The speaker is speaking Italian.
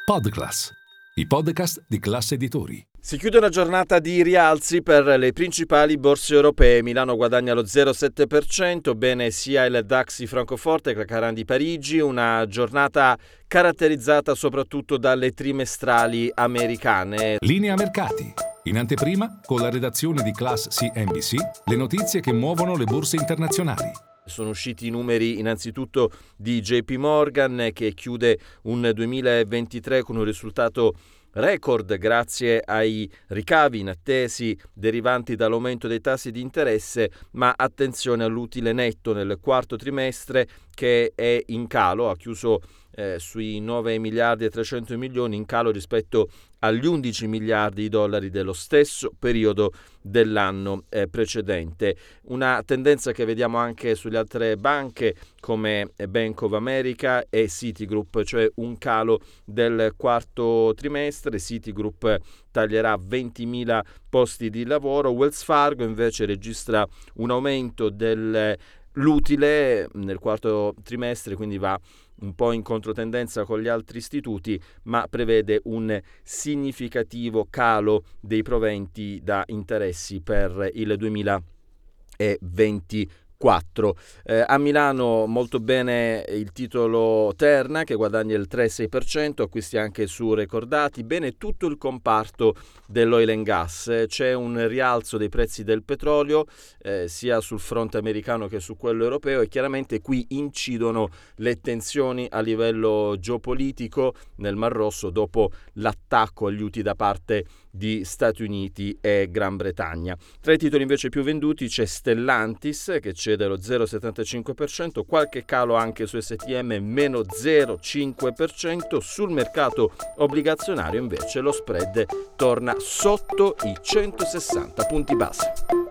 Podclass, i podcast di Class Editori. Si chiude una giornata di rialzi per le principali borse europee. Milano guadagna lo 0,7%, bene sia il DAX di Francoforte che la Caran di Parigi. Una giornata caratterizzata soprattutto dalle trimestrali americane. Linea mercati. In anteprima, con la redazione di Class CNBC, le notizie che muovono le borse internazionali. Sono usciti i numeri innanzitutto di JP Morgan, che chiude un 2023 con un risultato record grazie ai ricavi inattesi derivanti dall'aumento dei tassi di interesse, ma attenzione all'utile netto nel quarto trimestre che è in calo, ha chiuso sui 9 miliardi e 300 milioni, in calo rispetto agli 11 miliardi di dollari dello stesso periodo dell'anno precedente. Una tendenza che vediamo anche sulle altre banche come Bank of America e Citigroup, cioè un calo del quarto trimestre. Citigroup taglierà 20.000 posti di lavoro, Wells Fargo invece registra un aumento dell'utile nel quarto trimestre, quindi va un po' in controtendenza con gli altri istituti, ma prevede un significativo calo dei proventi da interessi per il 2024. A Milano molto bene il titolo Terna, che guadagna il 3,6%, acquisti anche su Recordati. Bene tutto il comparto dell'oil and gas. C'è un rialzo dei prezzi del petrolio sia sul fronte americano che su quello europeo, e chiaramente qui incidono le tensioni a livello geopolitico nel Mar Rosso dopo l'attacco agli Houthi da parte di Stati Uniti e Gran Bretagna. Tra i titoli invece più venduti c'è Stellantis, che cede lo 0,75%, qualche calo anche su STM, meno 0,5%. Sul mercato obbligazionario invece lo spread torna sotto i 160 punti base.